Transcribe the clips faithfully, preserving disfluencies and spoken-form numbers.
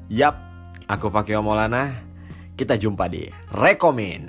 Yap, aku Fakio Maulana. Kita jumpa di Rekomen.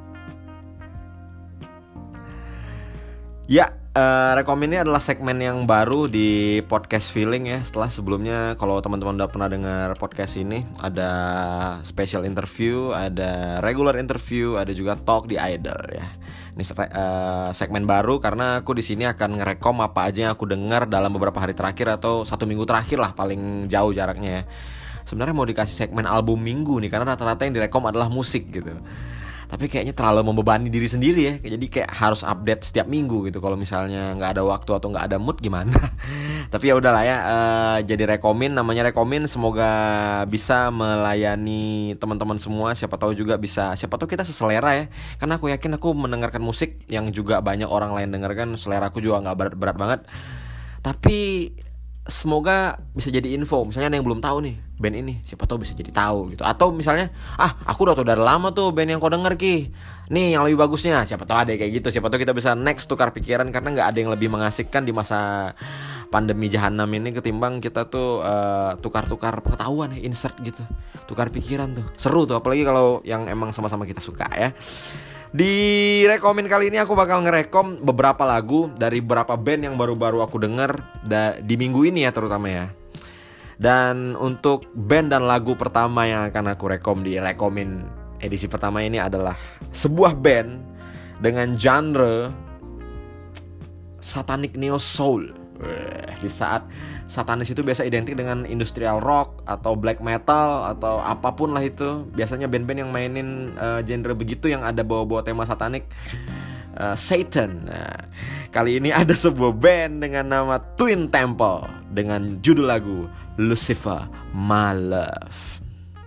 Ya, uh, Rekomen ini adalah segmen yang baru di podcast Feeling ya. Setelah sebelumnya, kalau teman-teman udah pernah dengar podcast ini, ada special interview, ada regular interview, ada juga talk di Idol ya. Ini uh, segmen baru karena aku di sini akan ngerekom apa aja yang aku dengar dalam beberapa hari terakhir atau satu minggu terakhir lah, paling jauh jaraknya ya. Sebenarnya mau dikasih segmen album minggu nih, karena rata-rata yang direkom adalah musik gitu. Tapi kayaknya terlalu membebani diri sendiri ya. Jadi kayak harus update setiap minggu gitu. Kalau misalnya nggak ada waktu atau nggak ada mood gimana. Tapi ya udahlah ya. Uh, jadi Rekomen, namanya Rekomen. Semoga bisa melayani teman-teman semua. Siapa tahu juga bisa. Siapa tahu kita seselera ya. Karena aku yakin aku mendengarkan musik yang juga banyak orang lain dengarkan. Selera aku juga nggak berat-berat banget. Tapi semoga bisa jadi info. Misalnya ada yang belum tahu nih band ini, siapa tahu bisa jadi tahu gitu. Atau misalnya, ah aku udah tahu dari lama tuh band yang kau denger Ki, nih yang lebih bagusnya. Siapa tahu ada kayak gitu. Siapa tahu kita bisa next tukar pikiran. Karena gak ada yang lebih mengasihkan di masa pandemi jahanam ini ketimbang kita tuh uh, tukar-tukar pengetahuan ya, insert gitu, tukar pikiran tuh. Seru tuh, apalagi kalau yang emang sama-sama kita suka ya. Di Rekomen kali ini aku bakal ngerekom beberapa lagu dari beberapa band yang baru-baru aku denger da- di minggu ini ya terutama ya. Dan untuk band dan lagu pertama yang akan aku rekom di Rekomen edisi pertama ini adalah sebuah band dengan genre Satanic Neo Soul. Di saat satanis itu biasa identik dengan industrial rock atau black metal atau apapun lah itu. Biasanya band-band yang mainin uh, genre begitu yang ada bawa-bawa tema satanik, uh, Satan. Nah, kali ini ada sebuah band dengan nama Twin Temple dengan judul lagu Lucifer My Love.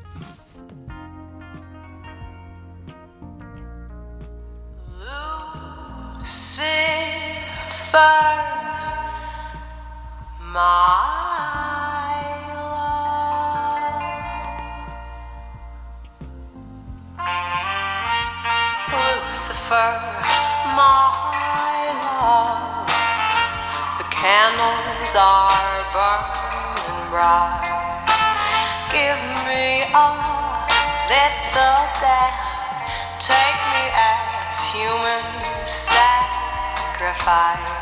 Lucifer my love, Lucifer, my love, the candles are burning bright. Give me a little death, take me as human sacrifice.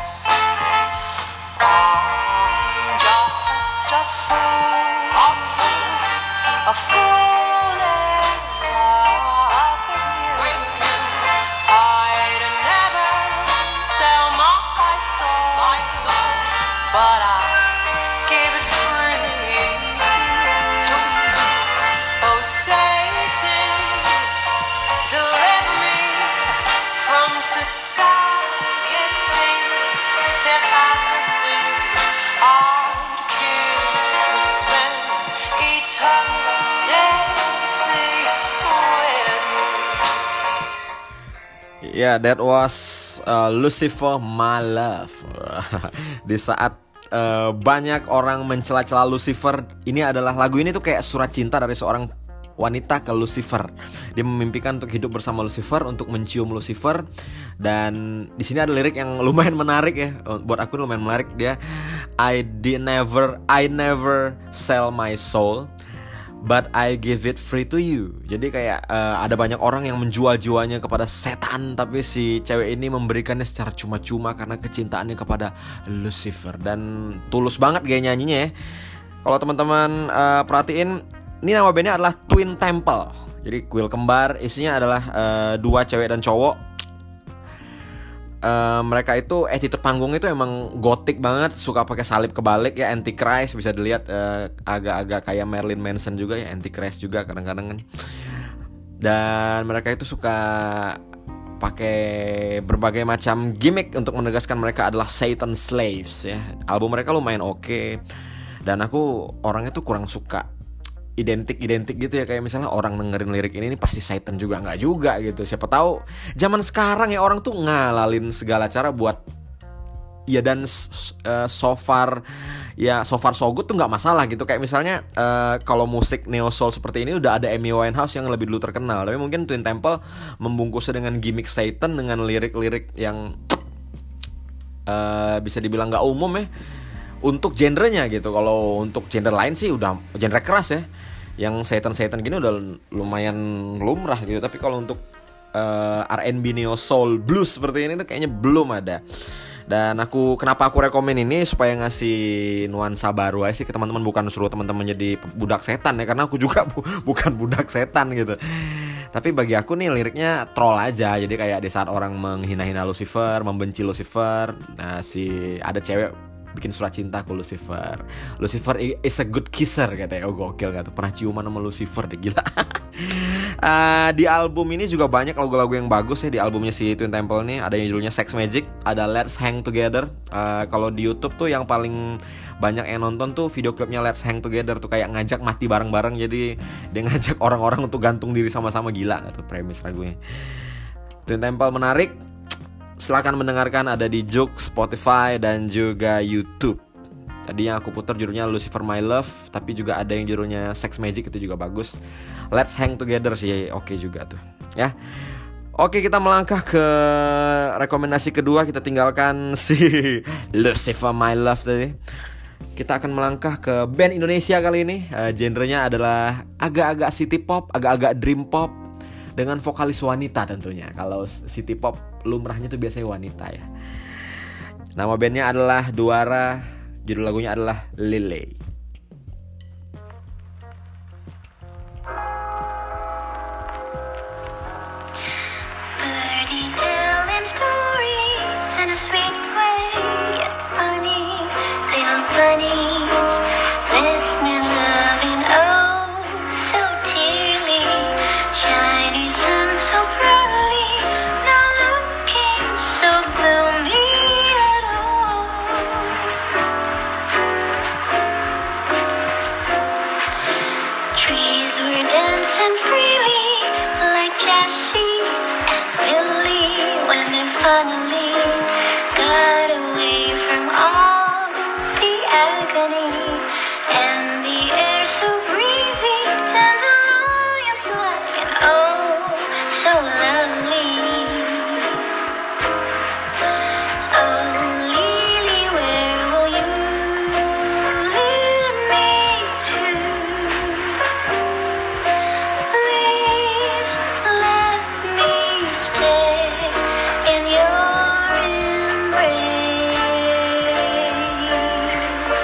I'm just a fool, a fool, a fool in love with you. I'd never sell my soul, my soul, but I give it freely to you. Oh Satan, deliver me from society's hypocrisy. I'd kill, spend eternity with you. Yeah, that was uh, Lucifer My Love. Di saat uh, banyak orang mencela-cela Lucifer, ini adalah lagu ini tuh kayak surat cinta dari seorang wanita ke Lucifer. Dia memimpikan untuk hidup bersama Lucifer, untuk mencium Lucifer. Dan di sini ada lirik yang lumayan menarik ya. Buat aku lumayan menarik dia. I did never, I never sell my soul, but I give it free to you. Jadi kayak uh, ada banyak orang yang menjual jiwanya kepada setan, tapi si cewek ini memberikannya secara cuma-cuma karena kecintaannya kepada Lucifer. Dan tulus banget gaya nyanyinya ya. Kalau teman-teman uh, perhatiin, ini nama bandnya adalah Twin Temple. Jadi kuil kembar, isinya adalah uh, dua cewek dan cowok. Uh, mereka itu attitude panggung itu emang gotik banget, suka pakai salib kebalik ya, Antichrist bisa dilihat, uh, agak-agak kayak Marilyn Manson juga ya, Antichrist juga kadang-kadang kan. Dan mereka itu suka pakai berbagai macam gimmick untuk menegaskan mereka adalah Satan slaves ya. Album mereka lumayan oke. Dan aku orangnya tuh kurang suka identik-identik gitu ya, kayak misalnya orang dengerin lirik ini, ini pasti Satan juga, nggak juga gitu. Siapa tahu zaman sekarang ya orang tuh ngalalin segala cara buat ya, dan uh, so far ya so far so good tuh nggak masalah gitu. Kayak misalnya uh, kalau musik neo soul seperti ini udah ada Amy Winehouse yang lebih dulu terkenal, tapi mungkin Twin Temple membungkusnya dengan gimmick Satan, dengan lirik-lirik yang uh, bisa dibilang nggak umum ya untuk genrenya gitu. Kalau untuk genre lain sih udah genre keras ya. Yang Satan-Satan gini udah lumayan lumrah gitu. Tapi kalau untuk uh, R and B, neo soul, blues seperti ini tuh kayaknya belum ada. Dan aku kenapa aku rekomen ini supaya ngasih nuansa baru aja sih ke teman-teman, bukan suruh teman-teman jadi budak setan ya, karena aku juga bu- bukan budak setan gitu. Tapi bagi aku nih liriknya troll aja. Jadi kayak di saat orang menghina-hina Lucifer, membenci Lucifer, nah si ada cewek bikin surat cinta ke Lucifer. Lucifer is a good kisser katanya. Oh gokil gak tuh, pernah ciuman sama Lucifer deh, gila. uh, Di album ini juga banyak lagu-lagu yang bagus ya. Di albumnya si Twin Temple nih ada yang judulnya Sex Magic, ada Let's Hang Together. uh, Kalau di YouTube tuh yang paling banyak yang nonton tuh video klipnya Let's Hang Together. Tuh kayak ngajak mati bareng-bareng. Jadi dia ngajak orang-orang untuk gantung diri sama-sama. Gila gak tuh premis lagunya. Twin Temple menarik. Silakan mendengarkan, ada di Juk, Spotify, dan juga YouTube. Tadi yang aku putar judulnya Lucifer My Love, tapi juga ada yang judulnya Sex Magic, itu juga bagus. Let's Hang Together sih oke juga tuh ya. Oke, kita melangkah ke rekomendasi kedua. Kita tinggalkan si Lucifer My Love tadi. Kita akan melangkah ke band Indonesia kali ini. uh, Genrenya adalah agak-agak city pop, agak-agak dream pop, dengan vokalis wanita tentunya. Kalau city pop lumrahnya tuh biasanya wanita ya. Nama bandnya adalah Duara. Judul lagunya adalah Lily. Birdie telling stories in a sweet way, funny little bunnies, listening, loving, oh so dearly. Shiny sun so proudly, not looking so gloomy at all. Trees were dancing freely like Jessie and Lily when they finally got away from all the agony. And the air so breezy, dandelion flying, oh so lovely. Oh Lily, where will you lead me to? Please let me stay in your embrace.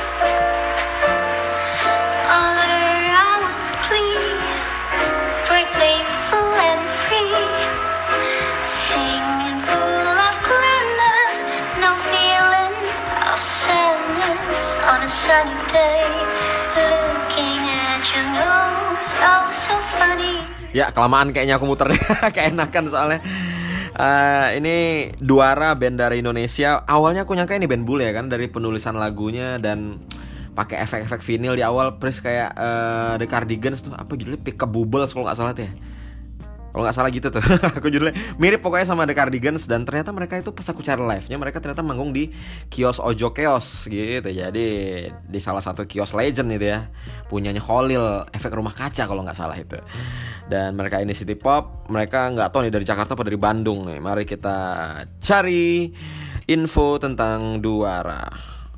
Although I was clean, very playful and free, singing full of gladness, no feeling of sadness on a sunny day, looking at your nose, oh so funny. Ya kelamaan kayaknya aku muter. Keenakan soalnya. Uh, ini Duara, band dari Indonesia. Awalnya aku nyangka ini band bule ya kan, dari penulisan lagunya dan pakai efek-efek vinyl di awal, Pris kayak uh, The Cardigans tuh, apa judulnya, Pick Up Bubbles kalau nggak salah tuh ya. Kalau nggak salah gitu tuh. Aku judulnya mirip pokoknya sama The Cardigans. Dan ternyata mereka itu pas aku cari live-nya, mereka ternyata manggung di Kios Ojo Keos gitu. Jadi di salah satu kios legend itu ya, punyanya Holil, efek rumah kaca kalau nggak salah itu. Dan mereka ini city pop. Mereka nggak tahu nih dari Jakarta atau dari Bandung nih. Mari kita cari info tentang Duara.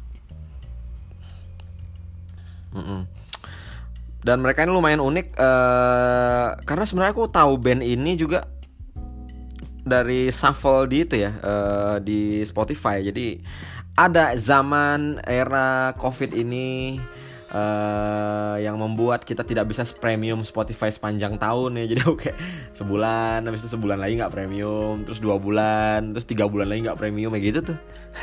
Mm-mm. Dan mereka ini lumayan unik uh, karena sebenarnya aku tahu band ini juga dari shuffle di itu ya, uh, di Spotify. Jadi ada zaman era Covid ini uh, yang membuat kita tidak bisa premium Spotify sepanjang tahun ya. Jadi oke, okay, sebulan, habis itu sebulan lagi nggak premium, terus dua bulan, terus tiga bulan lagi nggak premium, kayak gitu tuh.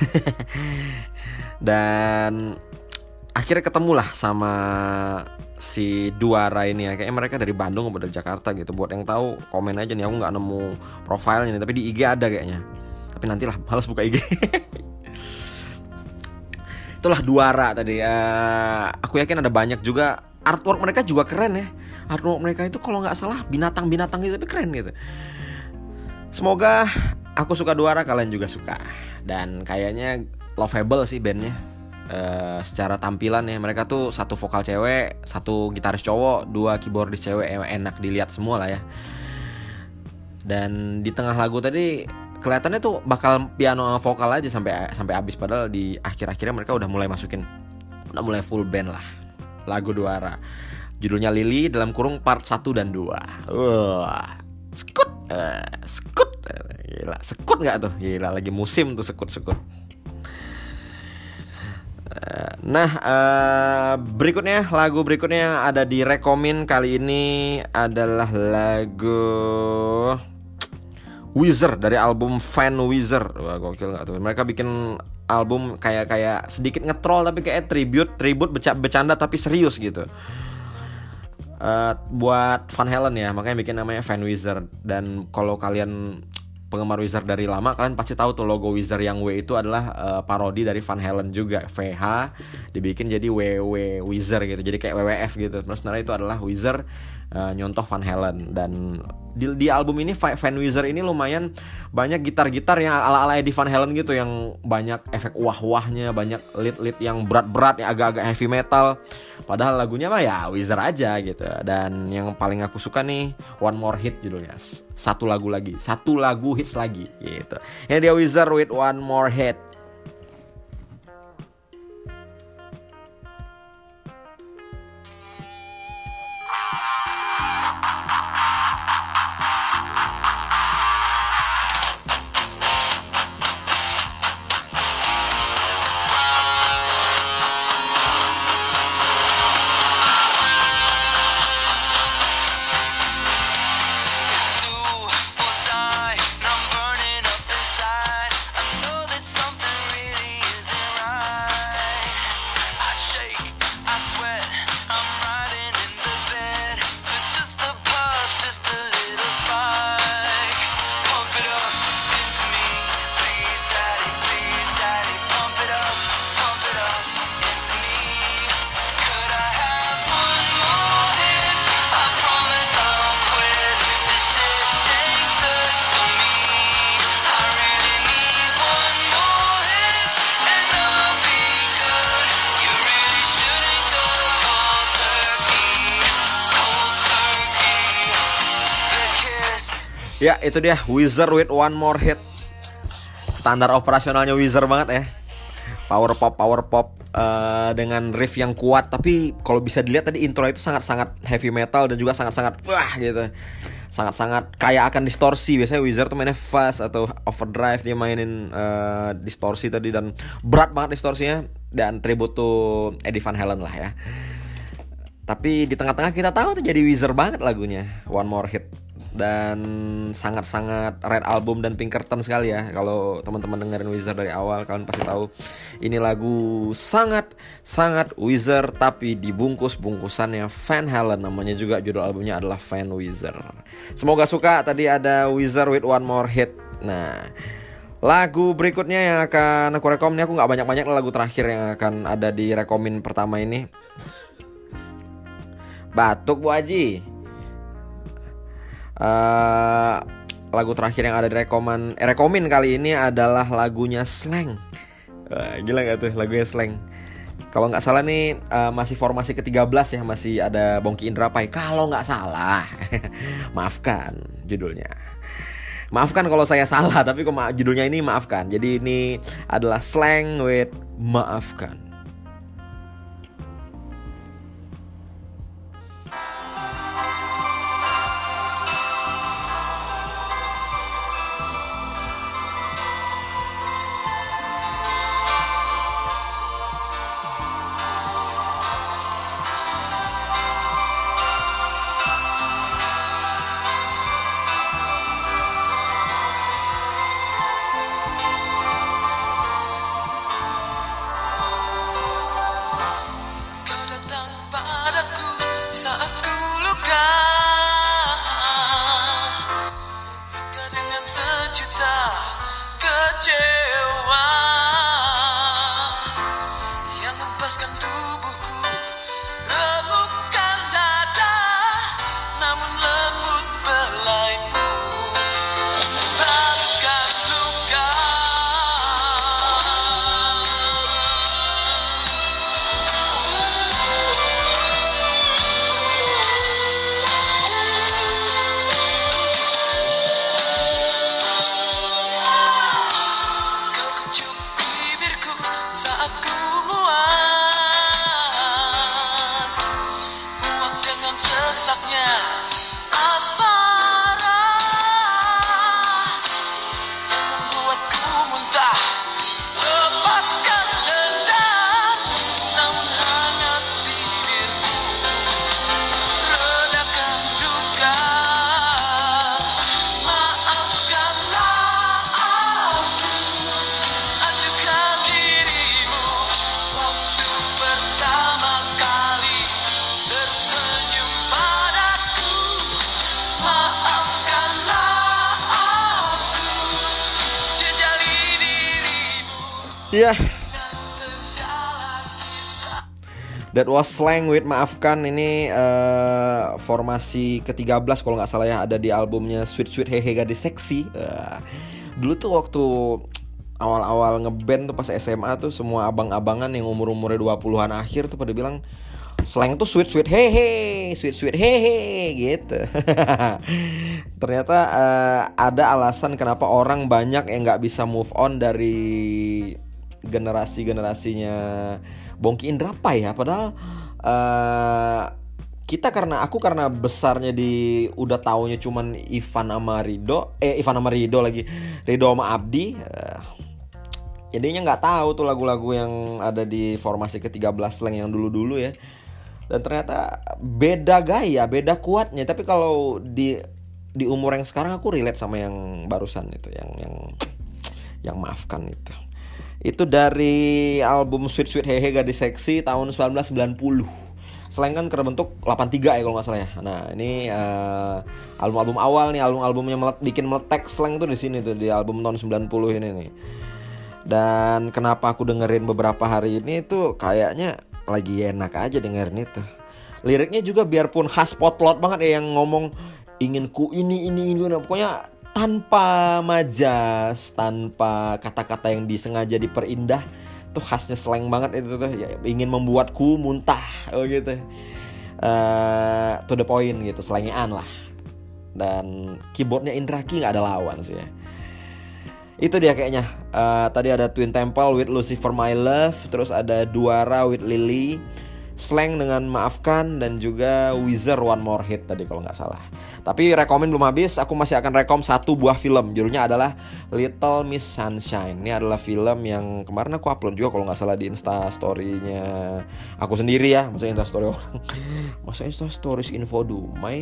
Dan akhirnya ketemulah sama si Duara ini ya. Kayaknya mereka dari Bandung atau dari Jakarta gitu. Buat yang tahu komen aja nih, aku nggak nemu profilnya nih, tapi di I G ada kayaknya. Tapi nantilah, malas buka I G. Itulah Duara tadi. uh, Aku yakin ada banyak juga. Artwork mereka juga keren ya. Artwork mereka itu kalau nggak salah binatang-binatang gitu, tapi keren gitu. Semoga aku suka Duara, kalian juga suka. Dan kayaknya lovable sih bandnya. Uh, secara tampilan ya, mereka tuh satu vokal cewek, satu gitaris cowok, dua keyboardis cewek, enak dilihat semua lah ya. Dan di tengah lagu tadi kelihatannya tuh bakal piano vokal aja sampai sampai habis, padahal di akhir-akhirnya mereka udah mulai masukin, udah mulai full band lah lagu Duara. Judulnya Lily dalam kurung part satu dan dua. Wah, sekut, uh, sekut, uh, gila, sekut nggak tuh? Gila, lagi musim tuh sekut-sekut. Uh, nah, uh, berikutnya lagu berikutnya yang ada di rekomen kali ini adalah lagu Weezer dari album Fan Weezer. Wah, gokil nggak tuh? Mereka bikin album kayak kayak sedikit ngetrol tapi kayak tribute, tribute bercanda tapi serius gitu. Uh, buat Van Halen ya, makanya bikin namanya Fan Weezer. Dan kalau kalian penggemar Weezer dari lama, kalian pasti tahu tuh logo Weezer yang W itu adalah uh, parodi dari Van Halen juga. V H dibikin jadi W W Weezer gitu, jadi kayak W W F gitu. Terus sebenarnya itu adalah Weezer uh, nyontoh Van Halen. Dan di, di album ini Fan Weezer ini lumayan banyak gitar-gitar yang ala-ala Eddie Van Halen gitu, yang banyak efek wah-wahnya, banyak lead-lead yang berat-berat, yang agak-agak heavy metal. Padahal lagunya mah ya Weezer aja gitu. Dan yang paling aku suka nih One More Hit judulnya. Satu lagu lagi, satu lagu hits lagi gitu. Ini dia Weezer with One More Hit. Ya, itu dia Weezer with One More Hit. Standar operasionalnya Weezer banget ya. Power pop, power pop uh, dengan riff yang kuat. Tapi kalau bisa dilihat tadi intro itu sangat-sangat heavy metal dan juga sangat-sangat wah gitu. Sangat-sangat kayak akan distorsi. Biasanya Weezer tuh mainnya fast atau overdrive, dia mainin uh, distorsi tadi dan berat banget distorsinya. Dan tribute to Eddie Van Halen lah ya. Tapi di tengah-tengah kita tahu tuh jadi Weezer banget lagunya One More Hit. Dan sangat-sangat Red Album dan Pinkerton sekali ya. Kalau teman-teman dengerin Weezer dari awal, kalian pasti tahu ini lagu sangat-sangat Weezer, tapi dibungkus bungkusannya Van Halen. Namanya juga, judul albumnya adalah Fan Weezer. Semoga suka. Tadi ada Weezer with One More Hit. Nah, lagu berikutnya yang akan aku rekom ini, aku gak banyak-banyak, lagu terakhir yang akan ada di rekomin pertama ini. Batuk Bu Haji. Uh, lagu terakhir yang ada di rekoman eh, rekomin kali ini adalah lagunya Slang. uh, Gila gak tuh lagunya Slang? Kalau gak salah nih uh, masih formasi ke tiga belas ya. Masih ada Bongki Indrapai kalau gak salah. Maafkan judulnya. Maafkan kalau saya salah, tapi kok judulnya ini maafkan. Jadi ini adalah Slang with Maafkan. Ya, yeah. That was Slang with Maafkan. Ini uh, formasi ke tiga belas kalau nggak salah ya, ada di albumnya Sweet Sweet Hehe Gadis Seksi. Uh, dulu tuh waktu awal-awal ngeband tuh pas S M A tuh, semua abang-abangan yang umur-umurnya dua puluhan akhir tuh pada bilang Slang tuh sweet sweet hehe, sweet sweet hehe gitu. Ternyata uh, ada alasan kenapa orang banyak yang nggak bisa move on dari generasi-generasinya Bongki Indrapay ya. Padahal uh, kita karena aku karena besarnya di udah taunya cuman Ivan sama Rido, eh Ivan sama Rido lagi, Rido sama Abdi. Uh, jadinya nggak tahu tuh lagu-lagu yang ada di formasi ke tiga belas Slang yang dulu-dulu ya. Dan ternyata beda gaya, beda kuatnya. Tapi kalau di di umur yang sekarang aku relate sama yang barusan itu, yang yang yang Maafkan itu. Itu dari album Sweet Sweet Hehe Gadis Seksi tahun sembilan belas sembilan puluh. Slang kan terbentuk delapan puluh tiga ya kalau nggak salah ya. Nah ini uh, album-album awal nih, album-albumnya melet, bikin meletek Slang tuh di sini tuh, di album tahun sembilan puluh ini nih. Dan kenapa aku dengerin beberapa hari ini tuh kayaknya lagi enak aja dengerin itu. Liriknya juga biarpun khas potlot banget ya, yang ngomong ingin ku ini ini ini, pokoknya tanpa majas, tanpa kata-kata yang disengaja diperindah, tuh khasnya Slang banget itu tuh ya, ingin membuatku muntah oh gitu, uh, to the point gitu, slangean lah. Dan keyboardnya Indra Ki nggak ada lawan sih ya. Itu dia kayaknya. Uh, tadi ada Twin Temple with Lucifer My Love, terus ada Duara with Lily, Slang dengan Maafkan, dan juga Wizard One More Hit tadi kalau nggak salah. Tapi rekomen belum habis, aku masih akan rekom satu buah film. Judulnya adalah Little Miss Sunshine. Ini adalah film yang kemarin aku upload juga kalau nggak salah di Insta Story-nya aku sendiri ya. Maksudnya Insta Story orang. Masa Insta Stories info dumai.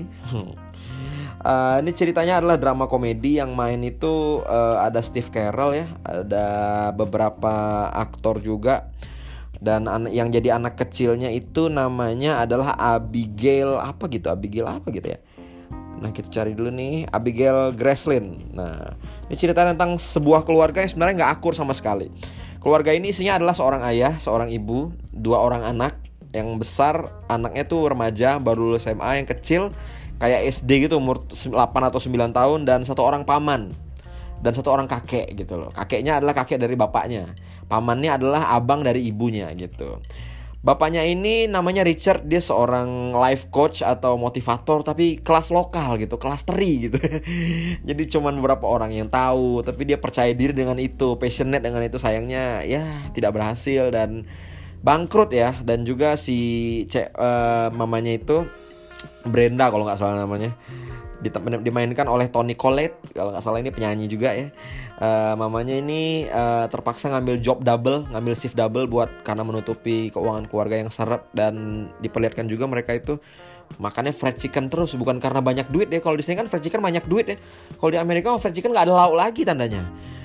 Uh, ini ceritanya adalah drama komedi yang main itu uh, ada Steve Carell ya, ada beberapa aktor juga. Dan an- yang jadi anak kecilnya itu namanya adalah Abigail apa gitu, Abigail apa gitu ya. Nah kita cari dulu nih, Abigail Breslin. Nah ini cerita tentang sebuah keluarga yang sebenarnya nggak akur sama sekali. Keluarga ini isinya adalah seorang ayah, seorang ibu, dua orang anak. Yang besar anaknya tuh remaja baru lulus S M A, yang kecil kayak S D gitu umur delapan atau sembilan tahun, dan satu orang paman dan satu orang kakek gitu loh. Kakeknya adalah kakek dari bapaknya, pamannya adalah abang dari ibunya gitu. Bapaknya ini namanya Richard, dia seorang life coach atau motivator tapi kelas lokal gitu, kelas teri gitu. Jadi cuman beberapa orang yang tahu, tapi dia percaya diri dengan itu, passionate dengan itu. Sayangnya ya tidak berhasil dan bangkrut ya. Dan juga si ce- uh, mamanya itu Brenda kalau nggak salah namanya, dimainkan oleh Toni Collette kalau nggak salah, ini penyanyi juga ya. Uh, mamanya ini uh, terpaksa ngambil job double, ngambil shift double buat karena menutupi keuangan keluarga yang seret. Dan diperlihatkan juga mereka itu makannya fried chicken terus, bukan karena banyak duit ya. Kalau di sini kan fried chicken banyak duit ya. Kalau di Amerika oh, fried chicken nggak ada lauk lagi tandanya.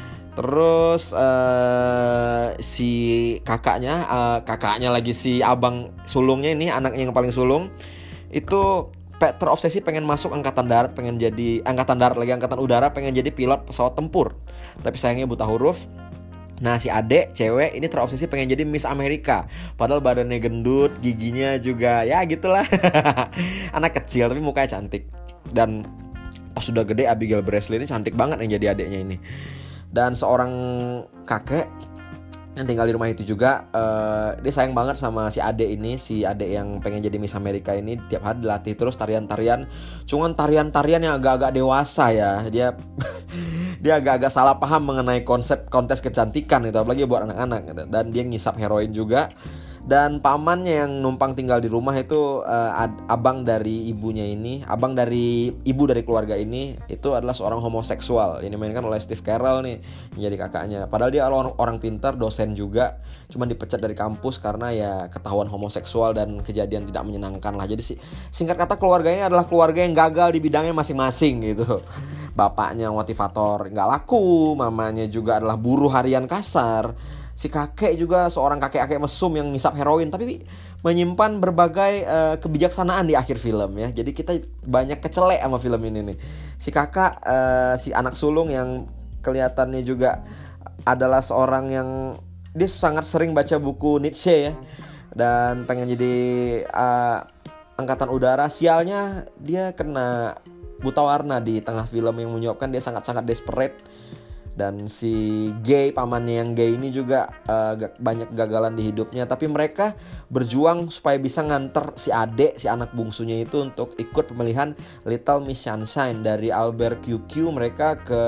Terus uh, si kakaknya, uh, kakaknya lagi si abang sulungnya ini, anaknya yang paling sulung itu terobsesi pengen masuk angkatan darat, pengen jadi angkatan darat lagi, angkatan udara, pengen jadi pilot pesawat tempur. Tapi sayangnya buta huruf. Nah si adek cewek ini terobsesi pengen jadi Miss Amerika, padahal badannya gendut, giginya juga ya gitulah. Anak kecil tapi mukanya cantik. Dan pas sudah gede Abigail Breslin ini cantik banget yang jadi adeknya ini. Dan seorang kakek yang tinggal di rumah itu juga, uh, dia sayang banget sama si adek ini, si adek yang pengen jadi Miss Amerika ini. Tiap hari dilatih terus tarian-tarian, cuman tarian-tarian yang agak-agak dewasa ya. Dia dia agak-agak salah paham mengenai konsep kontes kecantikan itu, apalagi buat anak-anak gitu. Dan dia ngisap heroin juga. Dan pamannya yang numpang tinggal di rumah itu uh, ad- abang dari ibunya ini, abang dari ibu dari keluarga ini itu adalah seorang homoseksual. Ini mainkan oleh Steve Carell nih, menjadi kakaknya. Padahal dia orang, orang pintar, dosen juga, cuman dipecat dari kampus karena ya ketahuan homoseksual dan kejadian tidak menyenangkan lah. Jadi sih singkat kata keluarga ini adalah keluarga yang gagal di bidangnya masing-masing gitu. Bapaknya motivator nggak laku, mamanya juga adalah buruh harian kasar. Si kakek juga seorang kakek-kakek mesum yang ngisap heroin, tapi menyimpan berbagai uh, kebijaksanaan di akhir film ya. Jadi kita banyak kecelek sama film ini nih. Si kakak, uh, si anak sulung yang kelihatannya juga adalah seorang yang dia sangat sering baca buku Nietzsche ya, dan pengen jadi uh, angkatan udara. Sialnya dia kena buta warna di tengah film yang menyebabkan dia sangat-sangat desperate. Dan si gay, pamannya yang gay ini juga uh, banyak kegagalan di hidupnya. Tapi mereka berjuang supaya bisa nganter si adek, si anak bungsunya itu untuk ikut pemilihan Little Miss Sunshine. Dari Albuquerque mereka ke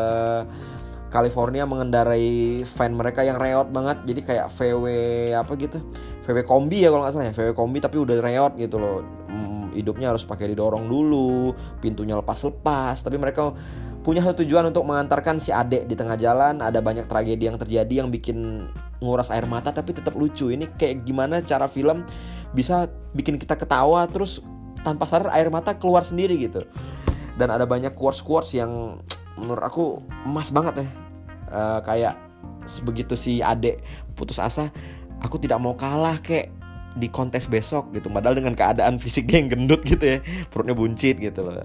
California mengendarai van mereka yang reot banget. Jadi kayak V W apa gitu, V W kombi ya kalau gak salah ya, V W kombi tapi udah reot gitu loh. hmm, Hidupnya harus pakai didorong dulu, pintunya lepas-lepas. Tapi mereka punya satu tujuan untuk mengantarkan si adek. Di tengah jalan ada banyak tragedi yang terjadi yang bikin nguras air mata tapi tetap lucu. Ini kayak gimana cara film bisa bikin kita ketawa terus tanpa sadar air mata keluar sendiri gitu. Dan ada banyak quotes-quotes yang menurut aku emas banget ya. uh, Kayak begitu si adek putus asa, aku tidak mau kalah kek di kontes besok gitu. Padahal dengan keadaan fisik dia yang gendut gitu ya, perutnya buncit gitu loh.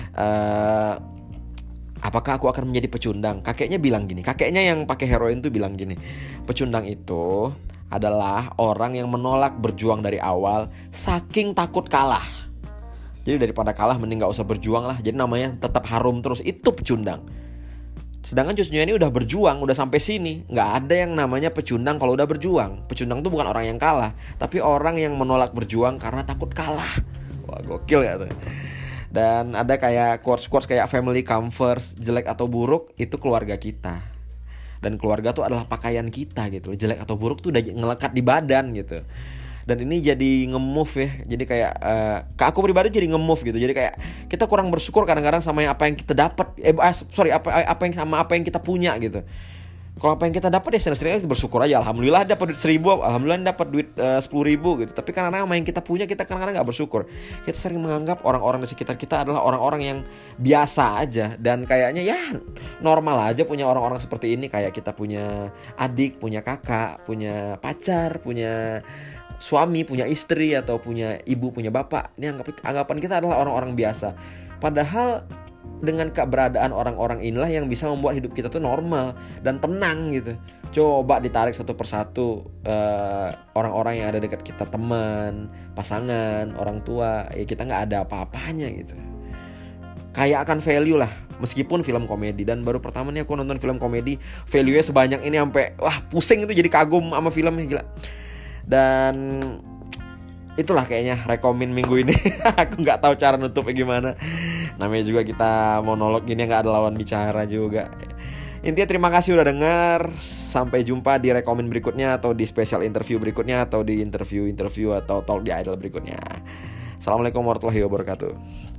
uh, Apakah aku akan menjadi pecundang? Kakeknya bilang gini, kakeknya yang pakai heroin tuh bilang gini, pecundang itu adalah orang yang menolak berjuang dari awal saking takut kalah. Jadi daripada kalah mending gak usah berjuang lah. Jadi namanya tetap harum terus, itu pecundang. Sedangkan Cusnya ini udah berjuang, udah sampai sini. Gak ada yang namanya pecundang kalau udah berjuang. Pecundang tuh bukan orang yang kalah, tapi orang yang menolak berjuang karena takut kalah. Wah gokil ya tuh. Dan ada kayak quotes-quotes kayak family come first, jelek atau buruk itu keluarga kita. Dan keluarga tuh adalah pakaian kita gitu. Jelek atau buruk tuh udah ngelekat di badan gitu. Dan ini jadi nge-move ya. Jadi kayak uh, ke aku pribadi jadi nge-move gitu. Jadi kayak kita kurang bersyukur kadang-kadang sama apa yang kita dapat. Eh sorry, apa apa yang sama apa yang kita punya gitu. Kalau apa yang kita dapat ya sering-sering bersyukur aja. Alhamdulillah dapat duit seribu, alhamdulillah dapat duit uh, sepuluh ribu gitu. Tapi karena apa yang kita punya kita kadang-kadang nggak bersyukur. Kita sering menganggap orang-orang di sekitar kita adalah orang-orang yang biasa aja. Dan kayaknya ya normal aja punya orang-orang seperti ini. Kayak kita punya adik, punya kakak, punya pacar, punya suami, punya istri, atau punya ibu, punya bapak. Ini anggap, anggapan kita adalah orang-orang biasa. Padahal dengan keberadaan orang-orang inilah yang bisa membuat hidup kita tuh normal dan tenang gitu. Coba ditarik satu persatu uh, orang-orang yang ada dekat kita, teman, pasangan, orang tua, ya kita nggak ada apa-apanya gitu. Kayak akan value lah, meskipun film komedi. Dan baru pertama nih aku nonton film komedi, value-nya sebanyak ini sampai wah pusing itu, jadi kagum sama filmnya, gila. Dan itulah kayaknya rekomen minggu ini. Aku nggak tahu cara nutupnya gimana. Namanya juga kita monolog gini, nggak ada lawan bicara juga. Intinya terima kasih udah denger. Sampai jumpa di rekomen berikutnya, atau di special interview berikutnya, atau di interview-interview atau talk di idol berikutnya. Assalamualaikum warahmatullahi wabarakatuh.